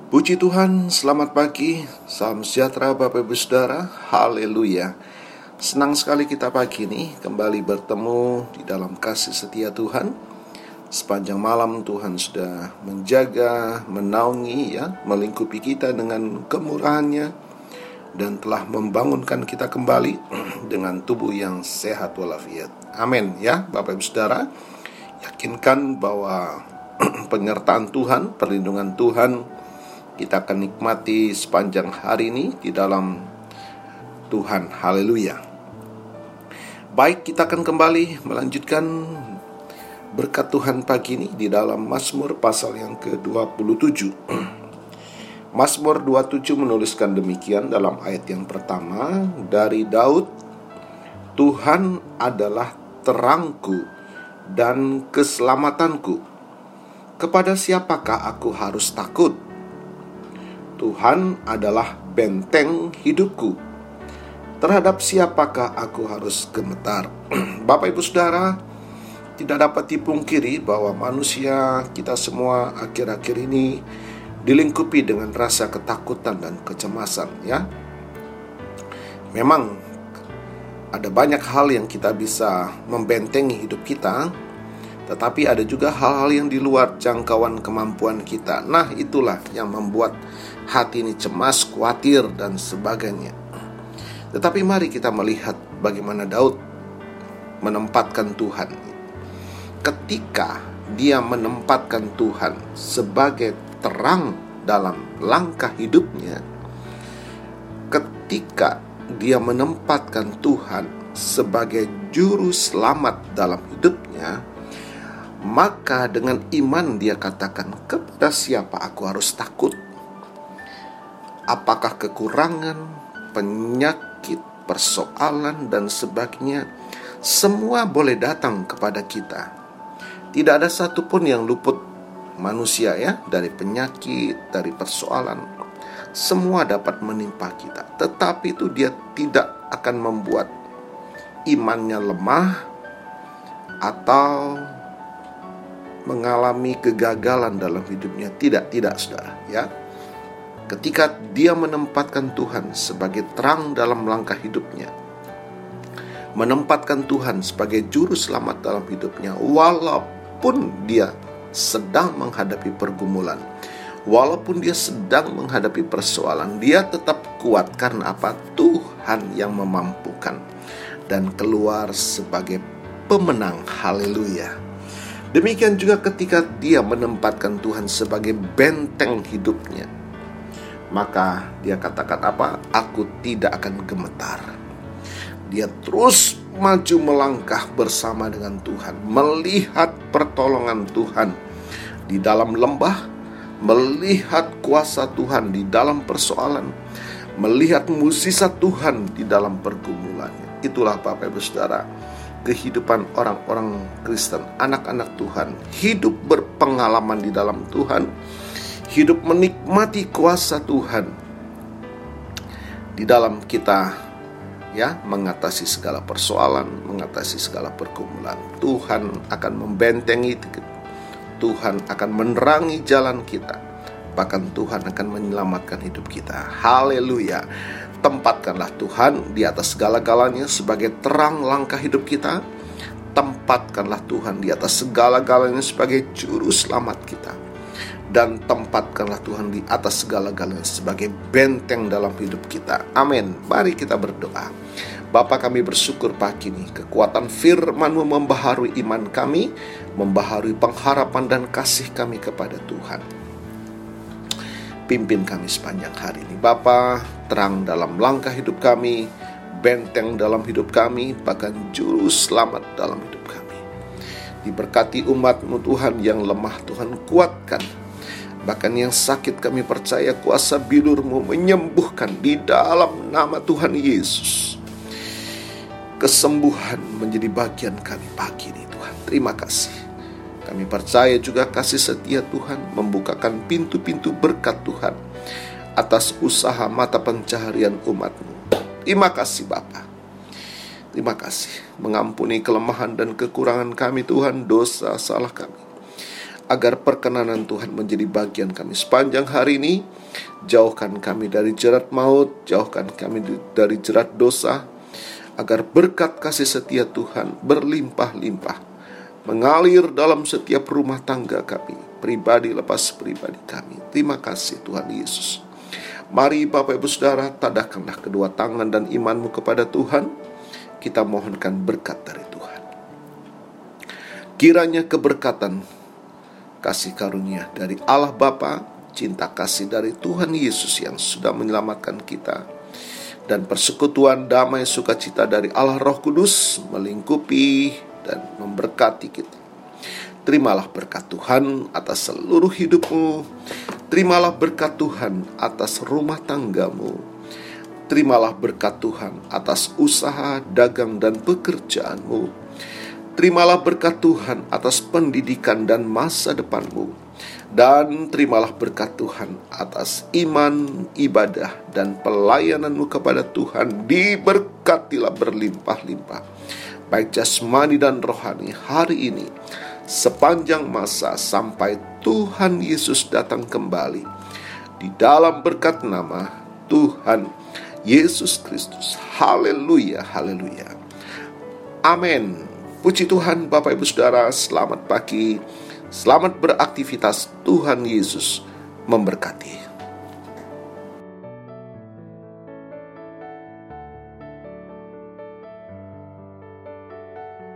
Puji Tuhan, selamat pagi, salam sejahtera Bapak Ibu Saudara, haleluya. Senang sekali kita pagi ini kembali bertemu di dalam kasih setia Tuhan. Sepanjang malam Tuhan sudah menjaga, menaungi melingkupi kita dengan kemurahannya, dan telah membangunkan kita kembali dengan tubuh yang sehat walafiat. Amin ya Bapak Ibu Saudara. Yakinkan bahwa penyertaan Tuhan, perlindungan Tuhan kita akan nikmati sepanjang hari ini di dalam Tuhan. Haleluya. Baik, kita akan kembali melanjutkan berkat Tuhan pagi ini di dalam Mazmur pasal yang ke-27. Mazmur 27 menuliskan demikian dalam ayat yang pertama dari Daud, Tuhan adalah terangku dan keselamatanku. Kepada siapakah aku harus takut? Tuhan adalah benteng hidupku. Terhadap siapakah aku harus gemetar? Bapak Ibu Saudara, tidak dapat dipungkiri bahwa manusia kita semua akhir-akhir ini dilingkupi dengan rasa ketakutan dan kecemasan ya. Memang ada banyak hal yang kita bisa membentengi hidup kita, tetapi ada juga hal-hal yang di luar jangkauan kemampuan kita. Nah, itulah yang membuat hati ini cemas, khawatir, dan sebagainya. Tetapi mari kita melihat bagaimana Daud menempatkan Tuhan. Ketika dia menempatkan Tuhan sebagai terang dalam langkah hidupnya, ketika dia menempatkan Tuhan sebagai juru selamat dalam hidupnya, maka dengan iman dia katakan, kepada siapa aku harus takut? Apakah kekurangan, penyakit, persoalan, dan sebagainya, semua boleh datang kepada kita. Tidak ada satupun yang luput manusia ya, dari penyakit, dari persoalan. Semua dapat menimpa kita. Tetapi itu dia tidak akan membuat imannya lemah atau mengalami kegagalan dalam hidupnya. Tidak saudara ya. Ketika dia menempatkan Tuhan sebagai terang dalam langkah hidupnya, menempatkan Tuhan sebagai juru selamat dalam hidupnya, walaupun dia sedang menghadapi pergumulan, walaupun dia sedang menghadapi persoalan, dia tetap kuat. Karena apa? Tuhan yang memampukan, dan keluar sebagai pemenang. Haleluya. Demikian juga ketika dia menempatkan Tuhan sebagai benteng hidupnya, maka dia katakan apa? Aku tidak akan gemetar. Dia terus maju melangkah bersama dengan Tuhan, melihat pertolongan Tuhan di dalam lembah, melihat kuasa Tuhan di dalam persoalan, melihat mukjizat Tuhan di dalam pergumulannya. Itulah Bapak Ibu Saudara, kehidupan orang-orang Kristen, anak-anak Tuhan, hidup berpengalaman di dalam Tuhan, hidup menikmati kuasa Tuhan di dalam kita ya, mengatasi segala persoalan, mengatasi segala pergumulan. Tuhan akan membentengi, Tuhan akan menerangi jalan kita, bahkan Tuhan akan menyelamatkan hidup kita. Haleluya. Tempatkanlah Tuhan di atas segala-galanya sebagai terang langkah hidup kita. Tempatkanlah Tuhan di atas segala-galanya sebagai juru selamat kita. Dan tempatkanlah Tuhan di atas segala-galanya sebagai benteng dalam hidup kita. Amin. Mari kita berdoa. Bapa, kami bersyukur pagi ini, kekuatan firman-Mu membaharui iman kami, membaharui pengharapan dan kasih kami kepada Tuhan. Pimpin kami sepanjang hari ini Bapa, terang dalam langkah hidup kami, benteng dalam hidup kami, bahkan juru selamat dalam hidup kami. Diberkati umat-Mu Tuhan, yang lemah Tuhan kuatkan, bahkan yang sakit kami percaya kuasa bilur-Mu menyembuhkan di dalam nama Tuhan Yesus. Kesembuhan menjadi bagian kami pagi ini Tuhan. Terima kasih. Kami percaya juga kasih setia Tuhan membukakan pintu-pintu berkat Tuhan atas usaha mata pencaharian umat-Mu. Terima kasih Bapa. Terima kasih mengampuni kelemahan dan kekurangan kami Tuhan, dosa salah kami. agar perkenanan Tuhan menjadi bagian kami sepanjang hari ini. Jauhkan kami dari jerat maut, jauhkan kami dari jerat dosa, agar berkat kasih setia Tuhan berlimpah-limpah mengalir dalam setiap rumah tangga kami, pribadi lepas pribadi kami. Terima kasih Tuhan Yesus. Mari Bapak Ibu Saudara, tadahkanlah kedua tangan dan imanmu kepada Tuhan. Kita mohonkan berkat dari Tuhan. Kiranya keberkatan, kasih karunia dari Allah Bapa, cinta kasih dari Tuhan Yesus yang sudah menyelamatkan kita, dan persekutuan damai sukacita dari Allah Roh Kudus melingkupi dan memberkati kita. Terimalah berkat Tuhan atas seluruh hidupmu. Terimalah berkat Tuhan atas rumah tanggamu. Terimalah berkat Tuhan atas usaha, dagang, dan pekerjaanmu. Terimalah berkat Tuhan atas pendidikan dan masa depanmu. Dan terimalah berkat Tuhan atas iman, ibadah, dan pelayananmu kepada Tuhan. Diberkatilah berlimpah-limpah, baik jasmani dan rohani hari ini, sepanjang masa sampai Tuhan Yesus datang kembali. Di dalam berkat nama Tuhan Yesus Kristus. Haleluya, haleluya. Amin. Puji Tuhan Bapak Ibu Saudara, selamat pagi, selamat beraktivitas. Tuhan Yesus memberkati.